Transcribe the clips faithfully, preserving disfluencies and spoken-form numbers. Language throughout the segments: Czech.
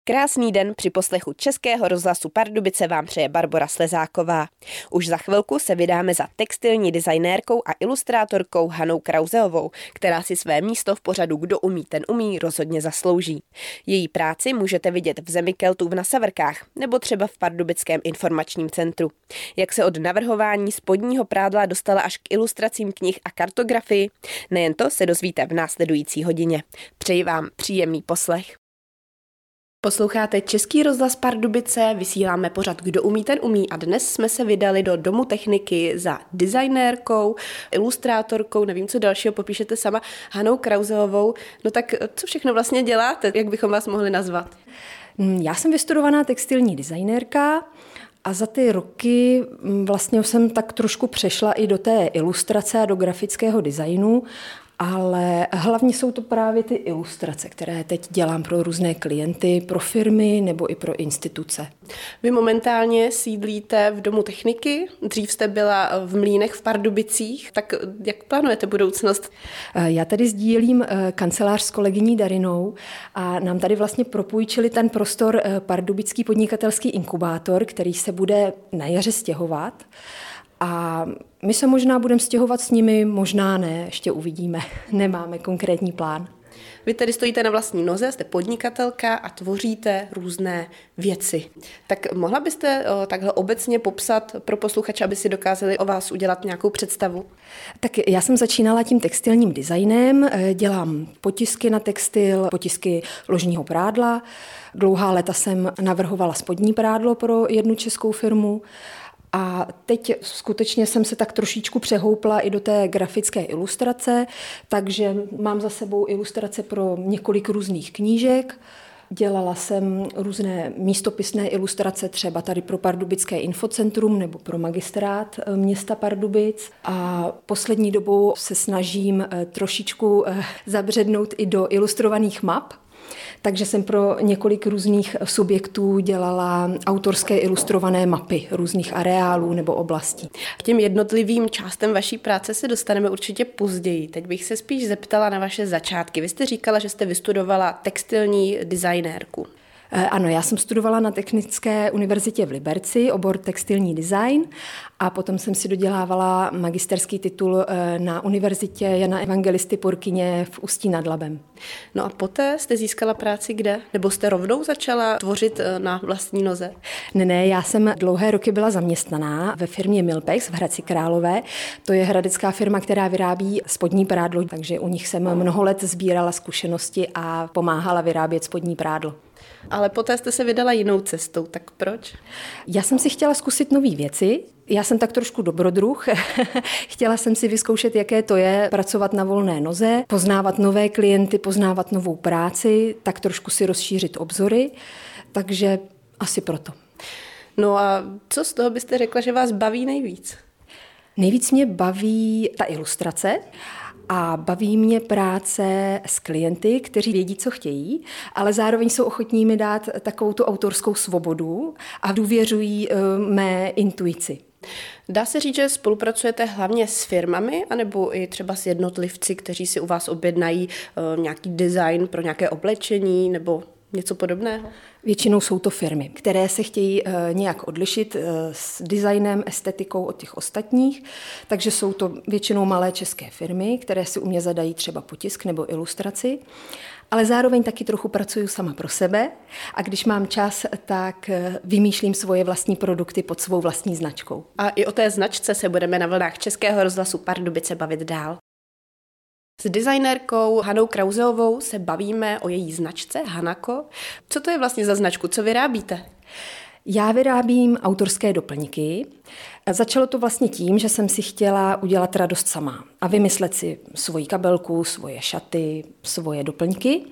Krásný den při poslechu Českého rozhlasu Pardubice vám přeje Barbora Slezáková. Už za chvilku se vydáme za textilní designérkou a ilustrátorkou Hanou Krauzeovou, která si své místo v pořadu Kdo umí, ten umí rozhodně zaslouží. Její práci můžete vidět v Zemi Keltů v Nasavrkách nebo třeba v Pardubickém informačním centru. Jak se od navrhování spodního prádla dostala až k ilustracím knih a kartografii, nejen to se dozvíte v následující hodině. Přeji vám příjemný poslech. Posloucháte Český rozhlas Pardubice, vysíláme pořad Kdo umí, ten umí a dnes jsme se vydali do Domu techniky za designérkou, ilustrátorkou, nevím, co dalšího popíšete sama, Hanou Krauzeovou. No tak co všechno vlastně děláte, jak bychom vás mohli nazvat? Já jsem vystudovaná textilní designérka a za ty roky vlastně jsem tak trošku přešla i do té ilustrace a do grafického designu. Ale hlavně jsou to právě ty ilustrace, které teď dělám pro různé klienty, pro firmy nebo i pro instituce. Vy momentálně sídlíte v Domu techniky, dřív jste byla v Mlýnech v Pardubicích, tak jak plánujete budoucnost? Já tady sdílím kancelář s kolegyní Darinou a nám tady vlastně propůjčili ten prostor Pardubický podnikatelský inkubátor, který se bude na jaře stěhovat. A my se možná budeme stěhovat s nimi, možná ne, ještě uvidíme, nemáme konkrétní plán. Vy tedy stojíte na vlastní noze, jste podnikatelka a tvoříte různé věci. Tak mohla byste o, takhle obecně popsat pro posluchače, aby si dokázali o vás udělat nějakou představu? Tak já jsem začínala tím textilním designem, dělám potisky na textil, potisky ložního prádla. Dlouhá léta jsem navrhovala spodní prádlo pro jednu českou firmu. A teď skutečně jsem se tak trošičku přehoupla i do té grafické ilustrace, takže mám za sebou ilustrace pro několik různých knížek. Dělala jsem různé místopisné ilustrace, třeba tady pro Pardubické infocentrum nebo pro magistrát města Pardubic. A poslední dobou se snažím trošičku zabřednout i do ilustrovaných map. Takže jsem pro několik různých subjektů dělala autorské ilustrované mapy různých areálů nebo oblastí. K těm jednotlivým částem vaší práce se dostaneme určitě později. Teď bych se spíš zeptala na vaše začátky. Vy jste říkala, že jste vystudovala textilní designérku. Ano, já jsem studovala na Technické univerzitě v Liberci, obor textilní design a potom jsem si dodělávala magisterský titul na univerzitě Jana Evangelisty Purkyně v Ústí nad Labem. No a poté jste získala práci kde? Nebo jste rovnou začala tvořit na vlastní noze? Ne, ne, já jsem dlouhé roky byla zaměstnaná ve firmě Milpex v Hradci Králové. To je hradecká firma, která vyrábí spodní prádlo, takže u nich jsem mnoho let sbírala zkušenosti a pomáhala vyrábět spodní prádlo. Ale poté jste se vydala jinou cestou, tak proč? Já jsem si chtěla zkusit nové věci. Já jsem tak trošku dobrodruh. Chtěla jsem si vyzkoušet, jaké to je pracovat na volné noze, poznávat nové klienty, poznávat novou práci, tak trošku si rozšířit obzory. Takže asi proto. No a co z toho byste řekla, že vás baví nejvíc? Nejvíc mě baví ta ilustrace. A baví mě práce s klienty, kteří vědí, co chtějí, ale zároveň jsou ochotní mi dát takovou tu autorskou svobodu a důvěřují mé intuici. Dá se říct, že spolupracujete hlavně s firmami, anebo i třeba s jednotlivci, kteří si u vás objednají nějaký design pro nějaké oblečení nebo něco podobného? Většinou jsou to firmy, které se chtějí nějak odlišit s designem, estetikou od těch ostatních, takže jsou to většinou malé české firmy, které si u mě zadají třeba potisk nebo ilustraci, ale zároveň taky trochu pracuju sama pro sebe a když mám čas, tak vymýšlím svoje vlastní produkty pod svou vlastní značkou. A i o té značce se budeme na vlnách Českého rozhlasu Pardubice bavit dál. S designérkou Hanou Krauzeovou se bavíme o její značce Hanako. Co to je vlastně za značku? Co vyrábíte? Já vyrábím autorské doplňky. Začalo to vlastně tím, že jsem si chtěla udělat radost sama a vymyslet si svoji kabelku, svoje šaty, svoje doplňky.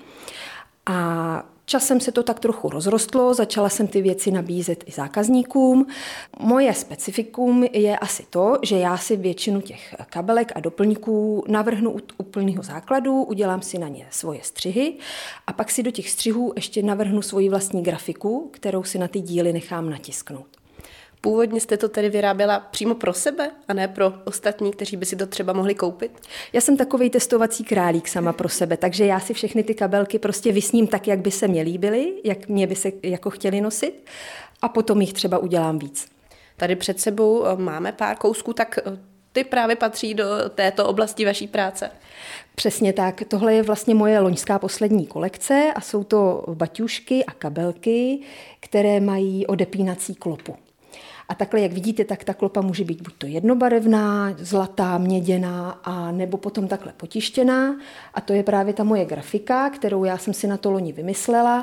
A časem se to tak trochu rozrostlo, začala jsem ty věci nabízet i zákazníkům. Moje specifikum je asi to, že já si většinu těch kabelek a doplňků navrhnu u úplného základu, udělám si na ně svoje střihy a pak si do těch střihů ještě navrhnu svoji vlastní grafiku, kterou si na ty díly nechám natisknout. Původně jste to tedy vyráběla přímo pro sebe a ne pro ostatní, kteří by si to třeba mohli koupit? Já jsem takovej testovací králík sama pro sebe, takže já si všechny ty kabelky prostě vysním tak, jak by se mě líbily, jak mě by se jako chtěli nosit a potom jich třeba udělám víc. Tady před sebou máme pár kousků, tak ty právě patří do této oblasti vaší práce. Přesně tak. Tohle je vlastně moje loňská poslední kolekce a jsou to baťušky a kabelky, které mají odepínací klopu. A takhle, jak vidíte, tak ta klopa může být buď to jednobarevná, zlatá, měděná, a nebo potom takhle potištěná. A to je právě ta moje grafika, kterou já jsem si na to loni vymyslela.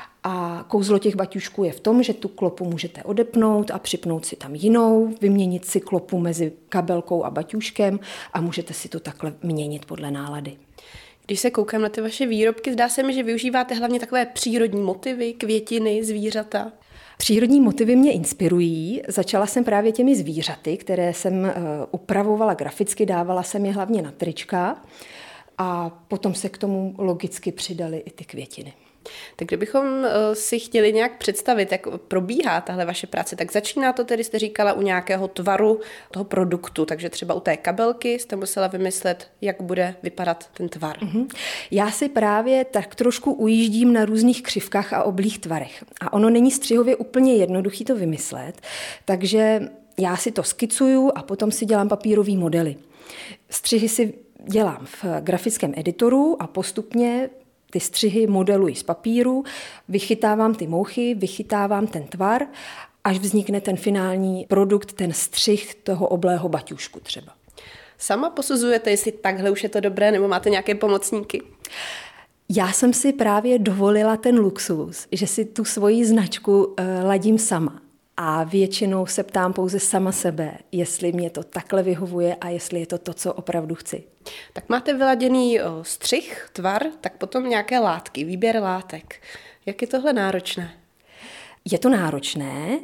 A kouzlo těch baťušků je v tom, že tu klopu můžete odepnout a připnout si tam jinou, vyměnit si klopu mezi kabelkou a baťuškem a můžete si to takhle měnit podle nálady. Když se koukám na ty vaše výrobky, zdá se mi, že využíváte hlavně takové přírodní motivy, květiny, zvířata. Přírodní motivy mě inspirují. Začala jsem právě těmi zvířaty, které jsem upravovala graficky, dávala jsem je hlavně na trička a potom se k tomu logicky přidaly i ty květiny. Tak kdybychom si chtěli nějak představit, jak probíhá tahle vaše práce, tak začíná to tedy, jste říkala, u nějakého tvaru toho produktu, takže třeba u té kabelky jste musela vymyslet, jak bude vypadat ten tvar. Mm-hmm. Já si právě tak trošku ujíždím na různých křivkách a oblých tvarech. A ono není střihově úplně jednoduchý to vymyslet, takže já si to skicuju a potom si dělám papírový modely. Střihy si dělám v grafickém editoru a postupně ty střihy modeluji z papíru, vychytávám ty mouchy, vychytávám ten tvar, až vznikne ten finální produkt, ten střih toho oblého baťušku třeba. Sama posuzujete, jestli takhle už je to dobré, nebo máte nějaké pomocníky? Já jsem si právě dovolila ten luxus, že si tu svoji značku uh, ladím sama. A většinou se ptám pouze sama sebe, jestli mě to takhle vyhovuje a jestli je to to, co opravdu chci. Tak máte vyladěný střih, tvar, tak potom nějaké látky, výběr látek. Jak je tohle náročné? Je to náročné,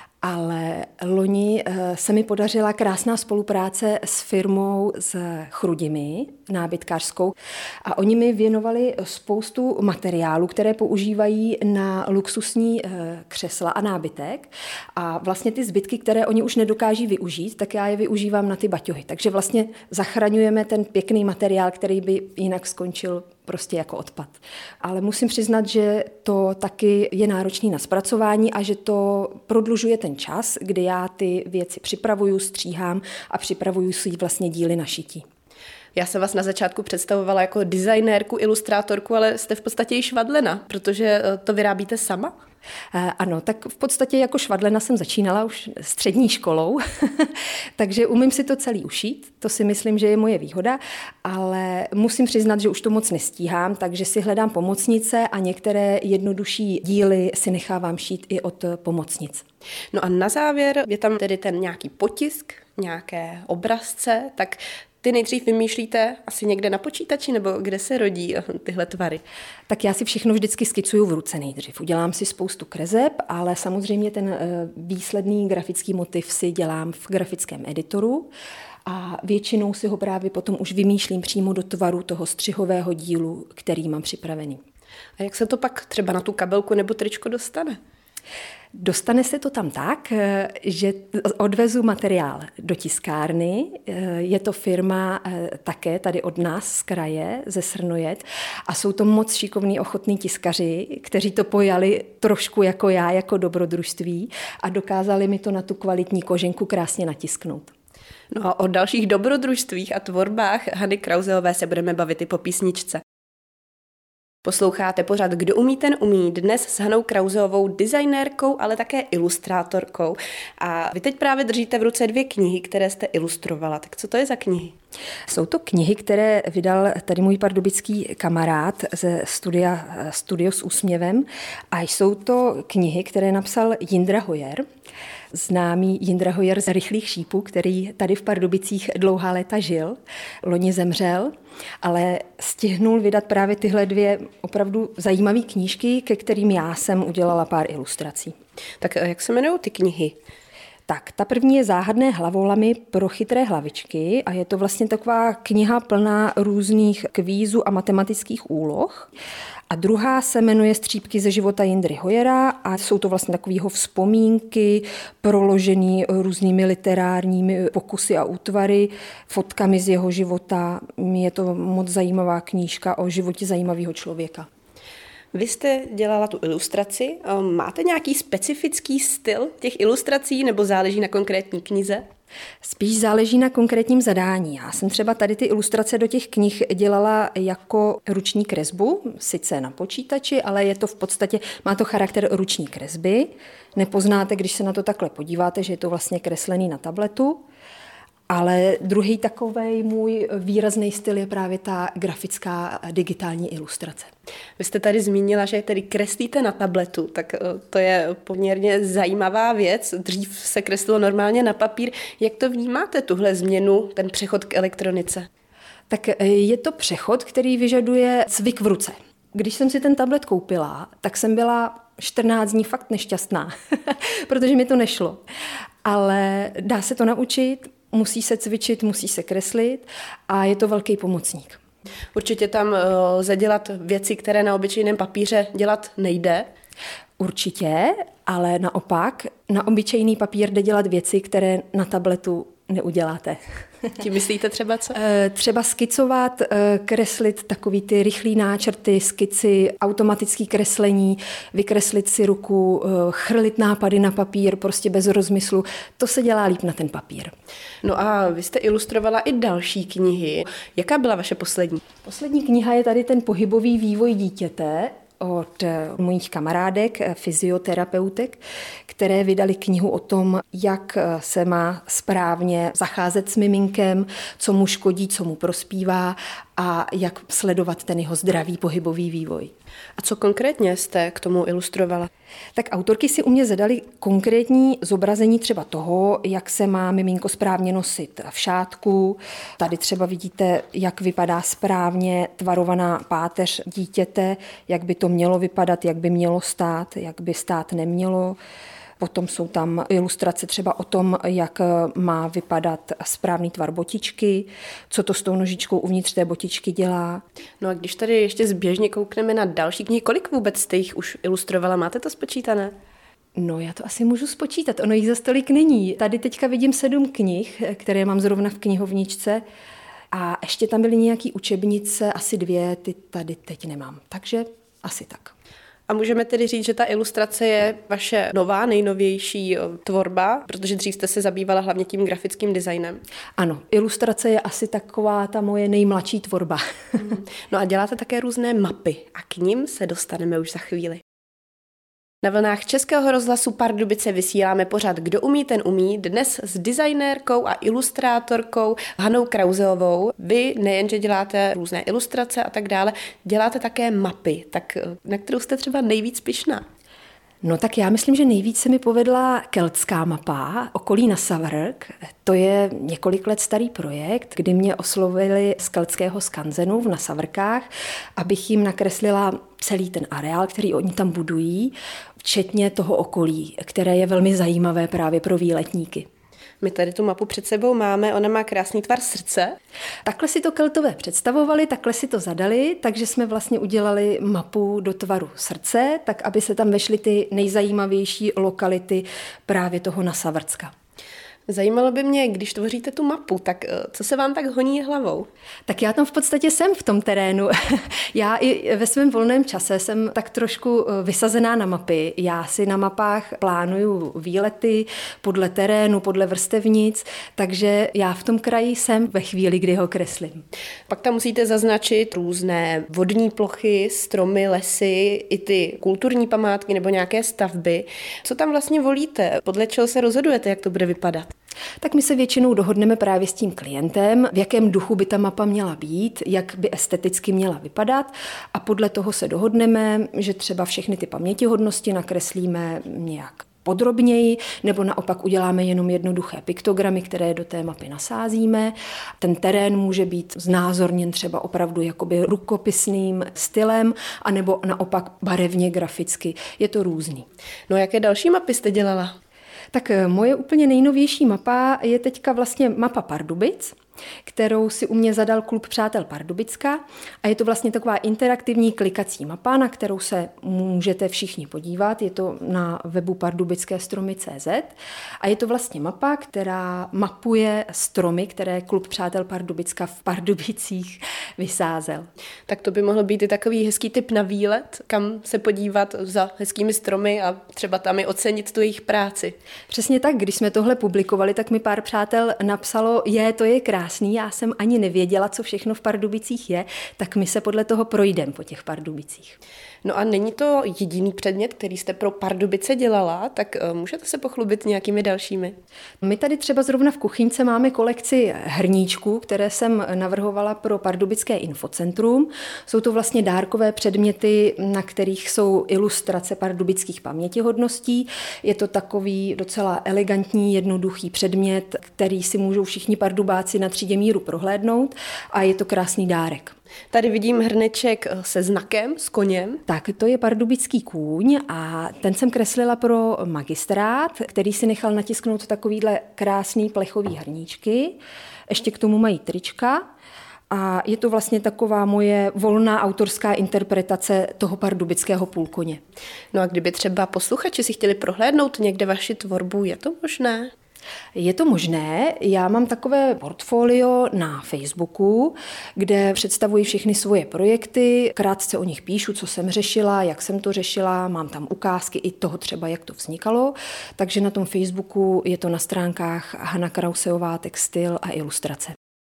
ale loni se mi podařila krásná spolupráce s firmou z Chrudimi, nábytkářskou, a oni mi věnovali spoustu materiálů, které používají na luxusní křesla a nábytek. A vlastně ty zbytky, které oni už nedokáží využít, tak já je využívám na ty baťohy. Takže vlastně zachraňujeme ten pěkný materiál, který by jinak skončil prostě jako odpad. Ale musím přiznat, že to taky je náročný na zpracování a že to prodlužuje ten čas, kdy já ty věci připravuju, stříhám a připravuju si vlastně díly na šití. Já jsem vás na začátku představovala jako designérku, ilustrátorku, ale jste v podstatě i švadlena, protože to vyrábíte sama? Ano, tak v podstatě jako švadlena jsem začínala už střední školou, takže umím si to celý ušít, to si myslím, že je moje výhoda, ale musím přiznat, že už to moc nestíhám, takže si hledám pomocnice a některé jednodušší díly si nechávám šít i od pomocnic. No a na závěr je tam tedy ten nějaký potisk, nějaké obrazce, tak ty nejdřív vymýšlíte asi někde na počítači, nebo kde se rodí tyhle tvary? Tak já si všechno vždycky skicuju v ruce nejdřív. Udělám si spoustu kreseb, ale samozřejmě ten výsledný grafický motiv si dělám v grafickém editoru a většinou si ho právě potom už vymýšlím přímo do tvaru toho střihového dílu, který mám připravený. A jak se to pak třeba na tu kabelku nebo tričko dostane? Dostane se to tam tak, že odvezu materiál do tiskárny. Je to firma také tady od nás z kraje, ze Srnojet, a jsou to moc šikovní ochotní tiskaři, kteří to pojali trošku jako já, jako dobrodružství, a dokázali mi to na tu kvalitní koženku krásně natisknout. No a o dalších dobrodružstvích a tvorbách Hany Krauzeové se budeme bavit i po písničce. Posloucháte pořad Kdo umí, ten umí, dnes s Hanou Krauzeovou, designérkou, ale také ilustrátorkou. A vy teď právě držíte v ruce dvě knihy, které jste ilustrovala. Tak co to je za knihy? Jsou to knihy, které vydal tady můj pardubický kamarád ze studia Studio s úsměvem, a jsou to knihy, které napsal Jindra Hojer, známý Jindra Hojer z Rychlých šípů, který tady v Pardubicích dlouhá léta žil, loni zemřel, ale stihnul vydat právě tyhle dvě opravdu zajímavé knížky, ke kterým já jsem udělala pár ilustrací. Tak jak se jmenují ty knihy? Tak, ta první je Záhadné hlavolamy pro chytré hlavičky a je to vlastně taková kniha plná různých kvízů a matematických úloh. A druhá se jmenuje Střípky ze života Jindry Hojera a jsou to vlastně takovýho vzpomínky proložený různými literárními pokusy a útvary, fotkami z jeho života. Je to moc zajímavá knížka o životě zajímavého člověka. Vy jste dělala tu ilustraci. Máte nějaký specifický styl těch ilustrací nebo záleží na konkrétní knize? Spíš záleží na konkrétním zadání. Já jsem třeba tady ty ilustrace do těch knih dělala jako ruční kresbu, sice na počítači, ale je to v podstatě, má to charakter ruční kresby. Nepoznáte, když se na to takhle podíváte, že je to vlastně kreslený na tabletu. Ale druhý takovej můj výrazný styl je právě ta grafická digitální ilustrace. Vy jste tady zmínila, že tedy kreslíte na tabletu, tak to je poměrně zajímavá věc. Dřív se kreslilo normálně na papír. Jak to vnímáte, tuhle změnu, ten přechod k elektronice? Tak je to přechod, který vyžaduje cvik v ruce. Když jsem si ten tablet koupila, tak jsem byla čtrnáct dní fakt nešťastná, protože mi to nešlo. Ale dá se to naučit, musí se cvičit, musí se kreslit a je to velký pomocník. Určitě tam lze dělat věci, které na obyčejném papíře dělat nejde. Určitě, ale naopak na obyčejný papír jde dělat věci, které na tabletu neuděláte. Tím myslíte třeba co? Třeba skicovat, kreslit takový ty rychlý náčrty, skici, automatické kreslení, vykreslit si ruku, chrlit nápady na papír, prostě bez rozmyslu. To se dělá líp na ten papír. No a vy jste ilustrovala i další knihy. Jaká byla vaše poslední? Poslední kniha je tady ten pohybový vývoj dítěte od mojich kamarádek, fyzioterapeutek, které vydali knihu o tom, jak se má správně zacházet s miminkem, co mu škodí, co mu prospívá a jak sledovat ten jeho zdravý pohybový vývoj. A co konkrétně jste k tomu ilustrovala? Tak autorky si u mě zadali konkrétní zobrazení třeba toho, jak se má miminko správně nosit v šátku. Tady třeba vidíte, jak vypadá správně tvarovaná páteř dítěte, jak by to mělo vypadat, jak by mělo stát, jak by stát nemělo. Potom jsou tam ilustrace třeba o tom, jak má vypadat správný tvar botičky, co to s tou nožičkou uvnitř té botičky dělá. No a když tady ještě zběžně koukneme na další knihy, kolik vůbec jste jich už ilustrovala? Máte to spočítané? No, já to asi můžu spočítat, ono jich za stolik není. Tady teďka vidím sedm knih, které mám zrovna v knihovničce a ještě tam byly nějaký učebnice, asi dvě, ty tady teď nemám, takže asi tak. A můžeme tedy říct, že ta ilustrace je vaše nová, nejnovější tvorba, protože dřív jste se zabývala hlavně tím grafickým designem. Ano, ilustrace je asi taková ta moje nejmladší tvorba. No a děláte také různé mapy a k nim se dostaneme už za chvíli. Na vlnách Českého rozhlasu Pardubice vysíláme pořad Kdo umí, ten umí, dnes s designérkou a ilustrátorkou Hanou Krauzeovou. Vy nejenže děláte různé ilustrace a tak dále, děláte také mapy, tak na kterou jste třeba nejvíc pyšná? No tak já myslím, že nejvíc se mi povedla keltská mapa okolí na Savrk. To je několik let starý projekt, kdy mě oslovili z keltského skanzenu v Nasavrkách, abych jim nakreslila celý ten areál, který oni tam budují, včetně toho okolí, které je velmi zajímavé právě pro výletníky. My tady tu mapu před sebou máme, ona má krásný tvar srdce. Takhle si to Keltové představovali, takhle si to zadali, takže jsme vlastně udělali mapu do tvaru srdce, tak aby se tam vešly ty nejzajímavější lokality právě toho Nasavrcka. Zajímalo by mě, když tvoříte tu mapu, tak co se vám tak honí hlavou? Tak já tam v podstatě jsem v tom terénu. Já i ve svém volném čase jsem tak trošku vysazená na mapy. Já si na mapách plánuju výlety podle terénu, podle vrstevnic, takže já v tom kraji jsem ve chvíli, kdy ho kreslím. Pak tam musíte zaznačit různé vodní plochy, stromy, lesy, i ty kulturní památky nebo nějaké stavby. Co tam vlastně volíte? Podle čeho se rozhodujete, jak to bude vypadat? Tak my se většinou dohodneme právě s tím klientem, v jakém duchu by ta mapa měla být, jak by esteticky měla vypadat a podle toho se dohodneme, že třeba všechny ty pamětihodnosti nakreslíme nějak podrobněji, nebo naopak uděláme jenom jednoduché piktogramy, které do té mapy nasázíme. Ten terén může být znázorněn třeba opravdu jakoby rukopisným stylem, anebo naopak barevně graficky. Je to různý. No jaké další mapy jste dělala? Tak moje úplně nejnovější mapa je teďka vlastně mapa Pardubic, kterou si u mě zadal Klub přátel Pardubicka a je to vlastně taková interaktivní klikací mapa, na kterou se můžete všichni podívat. Je to na webu pardubické stromy tečka cé zet a je to vlastně mapa, která mapuje stromy, které Klub přátel Pardubicka v Pardubicích vysázel. Tak to by mohl být i takový hezký tip na výlet, kam se podívat za hezkými stromy a třeba tam i ocenit tu jejich práci. Přesně tak, když jsme tohle publikovali, tak mi pár přátel napsalo, je, to je krásný, já jsem ani nevěděla, co všechno v Pardubicích je, tak my se podle toho projdeme po těch Pardubicích. No a není to jediný předmět, který jste pro Pardubice dělala, tak můžete se pochlubit nějakými dalšími? My tady třeba zrovna v kuchyňce máme kolekci hrníčků, které jsem navrhovala pro Pardubické infocentrum. Jsou to vlastně dárkové předměty, na kterých jsou ilustrace pardubických pamětihodností. Je to takový docela elegantní, jednoduchý předmět, který si můžou všichni pardubáci na třídě míru prohlédnout a je to krásný dárek. Tady vidím hrneček se znakem, s koněm. Tak, to je pardubický kůň a ten jsem kreslila pro magistrát, který si nechal natisknout takovýhle krásný plechový hrníčky. Ještě k tomu mají trička. A je to vlastně taková moje volná autorská interpretace toho pardubického půlkoně. No a kdyby třeba posluchači si chtěli prohlédnout někde vaši tvorbu, je to možné? Je to možné. Já mám takové portfolio na Facebooku, kde představuji všechny svoje projekty, krátce o nich píšu, co jsem řešila, jak jsem to řešila, mám tam ukázky i toho třeba, jak to vznikalo. Takže na tom Facebooku je to na stránkách Hana Krauseová textil a ilustrace.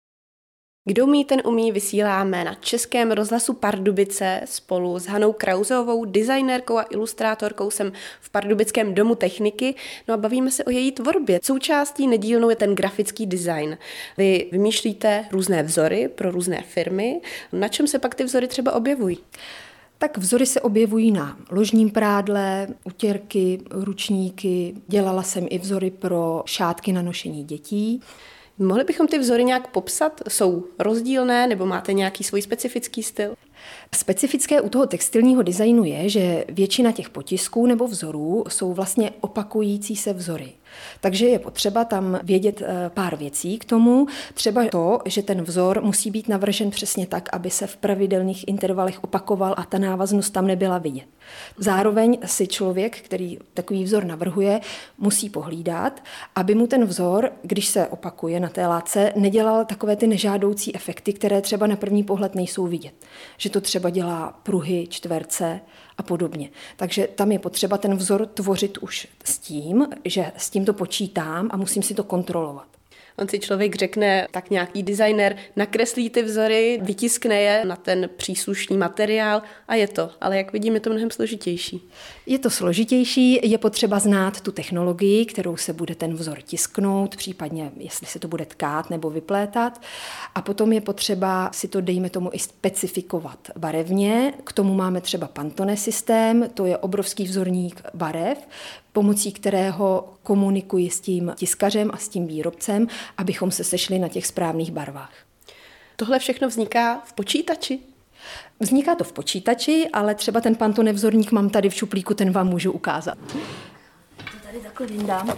Kdo umí, ten umí, vysíláme na Českém rozhlasu Pardubice spolu s Hanou Krauseovou, designérkou a ilustrátorkou jsem v Pardubickém domu techniky, no a bavíme se o její tvorbě. Součástí nedílnou je ten grafický design. Vy vymýšlíte různé vzory pro různé firmy. Na čem se pak ty vzory třeba objevují? Tak vzory se objevují na ložním prádle, utěrky, ručníky. Dělala jsem i vzory pro šátky na nošení dětí. Mohli bychom ty vzory nějak popsat? Jsou rozdílné nebo máte nějaký svůj specifický styl? Specifické u toho textilního designu je, že většina těch potisků nebo vzorů jsou vlastně opakující se vzory. Takže je potřeba tam vědět pár věcí k tomu. Třeba to, že ten vzor musí být navržen přesně tak, aby se v pravidelných intervalech opakoval a ta návaznost tam nebyla vidět. Zároveň si člověk, který takový vzor navrhuje, musí pohlídat, aby mu ten vzor, když se opakuje na té látce, nedělal takové ty nežádoucí efekty, které třeba na první pohled nejsou vidět. Že to třeba dělá pruhy, čtverce a podobně. Takže tam je potřeba ten vzor tvořit už s tím, že s tím to počítám a musím si to kontrolovat. On si člověk řekne, tak nějaký designer nakreslí ty vzory, vytiskne je na ten příslušný materiál a je to. Ale jak vidím, je to mnohem složitější. Je to složitější, je potřeba znát tu technologii, kterou se bude ten vzor tisknout, případně jestli se to bude tkát nebo vyplétat. A potom je potřeba si to, dejme tomu, i specifikovat barevně. K tomu máme třeba Pantone systém, to je obrovský vzorník barev, pomocí kterého komunikuji s tím tiskařem a s tím výrobcem, abychom se sešli na těch správných barvách. Tohle všechno vzniká v počítači? Vzniká to v počítači, ale třeba ten Pantone vzorník mám tady v šuplíku, ten vám můžu ukázat. To tady takhle vyndám.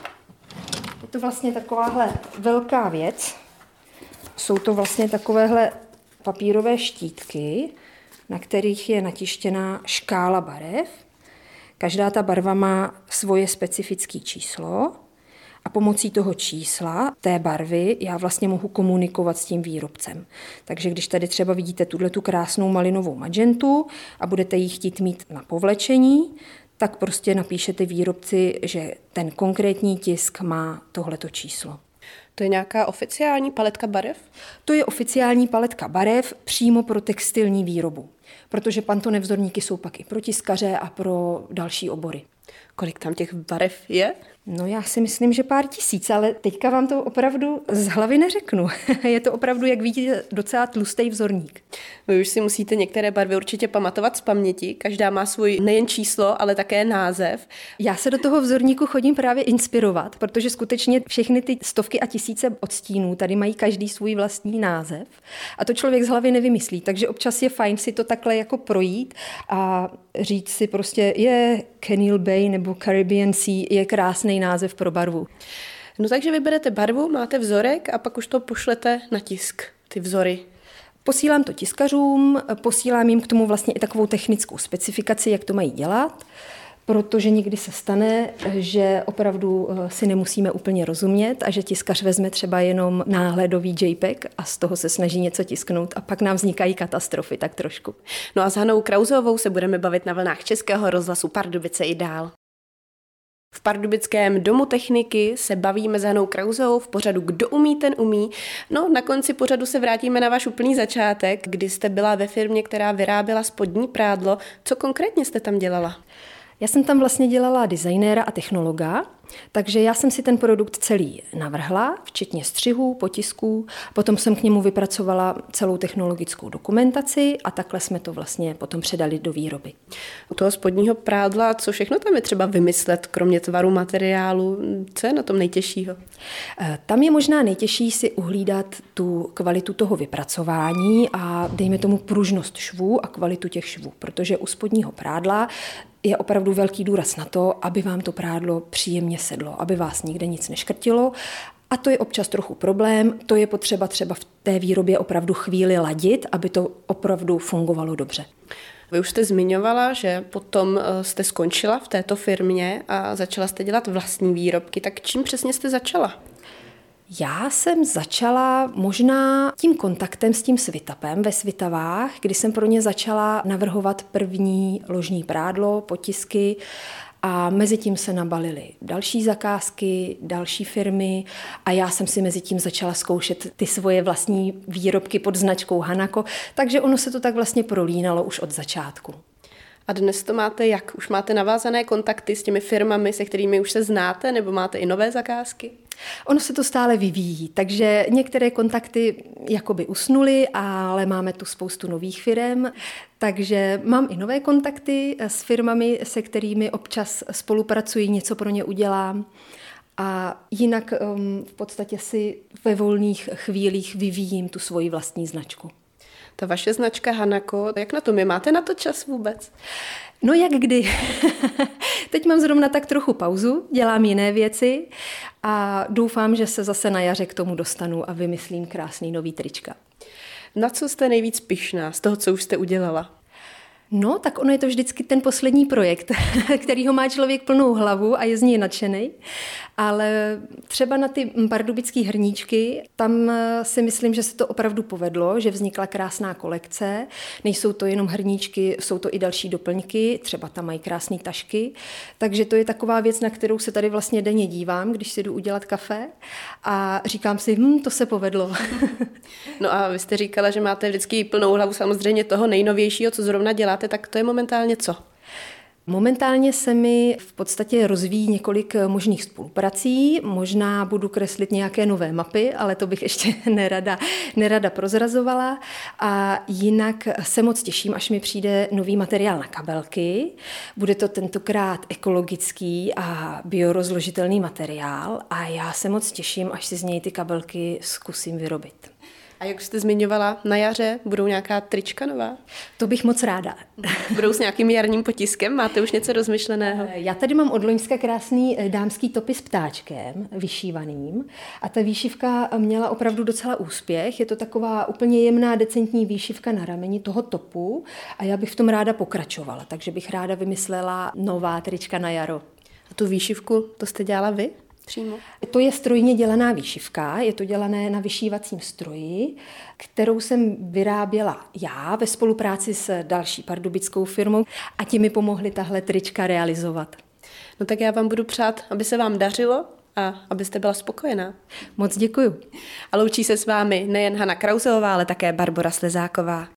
Je to vlastně takováhle velká věc. Jsou to vlastně takovéhle papírové štítky, na kterých je natištěná škála barev. Každá ta barva má svoje specifické číslo a pomocí toho čísla té barvy já vlastně mohu komunikovat s tím výrobcem. Takže když tady třeba vidíte tuhletu krásnou malinovou magentu a budete ji chtít mít na povlečení, tak prostě napíšete výrobci, že ten konkrétní tisk má tohleto číslo. To je nějaká oficiální paletka barev? To je oficiální paletka barev přímo pro textilní výrobu, protože Pantone vzorníky jsou pak i pro tiskaře a pro další obory. Kolik tam těch barev je? No já si myslím, že pár tisíc, ale teďka vám to opravdu z hlavy neřeknu. Je to opravdu, jak vidíte, docela tlustý vzorník. Vy už si musíte některé barvy určitě pamatovat z paměti. Každá má svůj nejen číslo, ale také název. Já se do toho vzorníku chodím právě inspirovat, protože skutečně všechny ty stovky a tisíce odstínů tady mají každý svůj vlastní název. A to člověk z hlavy nevymyslí, takže občas je fajn si to takhle jako projít a říct si prostě je Kenil Bay nebo nebo Caribbean Sea je krásný název pro barvu. No takže vyberete barvu, máte vzorek a pak už to pošlete na tisk, ty vzory. Posílám to tiskařům, posílám jim k tomu vlastně i takovou technickou specifikaci, jak to mají dělat, protože někdy se stane, že opravdu si nemusíme úplně rozumět a že tiskař vezme třeba jenom náhledový JPEG a z toho se snaží něco tisknout a pak nám vznikají katastrofy tak trošku. No a s Hanou Krauzeovou se budeme bavit na vlnách Českého rozhlasu Pardubice i dál. V pardubickém domu techniky se bavíme s Hanou Krauzeovou v pořadu Kdo umí, ten umí. No, na konci pořadu se vrátíme na váš úplný začátek, kdy jste byla ve firmě, která vyráběla spodní prádlo. Co konkrétně jste tam dělala? Já jsem tam vlastně dělala designéra a technologa, takže já jsem si ten produkt celý navrhla, včetně střihů, potisků, potom jsem k němu vypracovala celou technologickou dokumentaci a takhle jsme to vlastně potom předali do výroby. U toho spodního prádla, co všechno tam je třeba vymyslet, kromě tvaru materiálu, co je na tom nejtěžšího? Tam je možná nejtěžší si uhlídat tu kvalitu toho vypracování a dejme tomu pružnost švů a kvalitu těch švů, protože u spodního prádla je opravdu velký důraz na to, aby vám to prádlo příjemně sedlo, aby vás nikde nic neškrtilo. A to je občas trochu problém, to je potřeba třeba v té výrobě opravdu chvíli ladit, aby to opravdu fungovalo dobře. Vy už jste zmiňovala, že potom jste skončila v této firmě a začala jste dělat vlastní výrobky. Tak čím přesně jste začala? Já jsem začala možná tím kontaktem s tím Svitapem ve Svitavách, kdy jsem pro ně začala navrhovat první ložní prádlo, potisky a mezi tím se nabalily další zakázky, další firmy a já jsem si mezi tím začala zkoušet ty svoje vlastní výrobky pod značkou Hanako, takže ono se to tak vlastně prolínalo už od začátku. A dnes to máte jak? Už máte navázané kontakty s těmi firmami, se kterými už se znáte, nebo máte i nové zakázky? Ono se to stále vyvíjí, takže některé kontakty jakoby usnuly, ale máme tu spoustu nových firem, takže mám i nové kontakty s firmami, se kterými občas spolupracuji, něco pro ně udělám. A jinak um, v podstatě si ve volných chvílích vyvíjím tu svoji vlastní značku. Ta vaše značka Hanako, jak na tom je? Máte na to čas vůbec? No jak kdy. Teď mám zrovna tak trochu pauzu, dělám jiné věci a doufám, že se zase na jaře k tomu dostanu a vymyslím krásný nový trička. Na co jste nejvíc pyšná z toho, co už jste udělala? No, tak ono je to vždycky ten poslední projekt, kterýho má člověk plnou hlavu a je z něj nadšenej. Ale třeba na ty pardubický hrníčky, tam si myslím, že se to opravdu povedlo, že vznikla krásná kolekce. Nejsou to jenom hrníčky, jsou to i další doplňky, třeba tam mají krásné tašky. Takže to je taková věc, na kterou se tady vlastně denně dívám, když si jdu udělat kafe a říkám si, hm, to se povedlo. No a vy jste říkala, že máte vždycky plnou hlavu samozřejmě toho nejnovějšího, co zrovna děláte, tak to je momentálně co? Momentálně se mi v podstatě rozvíjí několik možných spoluprací. Možná budu kreslit nějaké nové mapy, ale to bych ještě nerada, nerada prozrazovala. A jinak se moc těším, až mi přijde nový materiál na kabelky. Bude to tentokrát ekologický a biorozložitelný materiál a já se moc těším, až si z něj ty kabelky zkusím vyrobit. A jak jste zmiňovala, na jaře budou nějaká trička nová? To bych moc ráda. Budou s nějakým jarním potiskem? Máte už něco rozmyšleného? Já tady mám od loňska krásný dámský topy s ptáčkem vyšívaným a ta výšivka měla opravdu docela úspěch. Je to taková úplně jemná, decentní výšivka na rameni toho topu a já bych v tom ráda pokračovala, takže bych ráda vymyslela nová trička na jaro. A tu výšivku, to jste dělala vy? Přímo. To je strojně dělaná výšivka, je to dělané na vyšívacím stroji, kterou jsem vyráběla já ve spolupráci s další pardubickou firmou a ti mi pomohli tahle trička realizovat. No tak já vám budu přát, aby se vám dařilo a abyste byla spokojená. Moc děkuju. A loučí se s vámi nejen Hana Krauzeová, ale také Barbora Slezáková.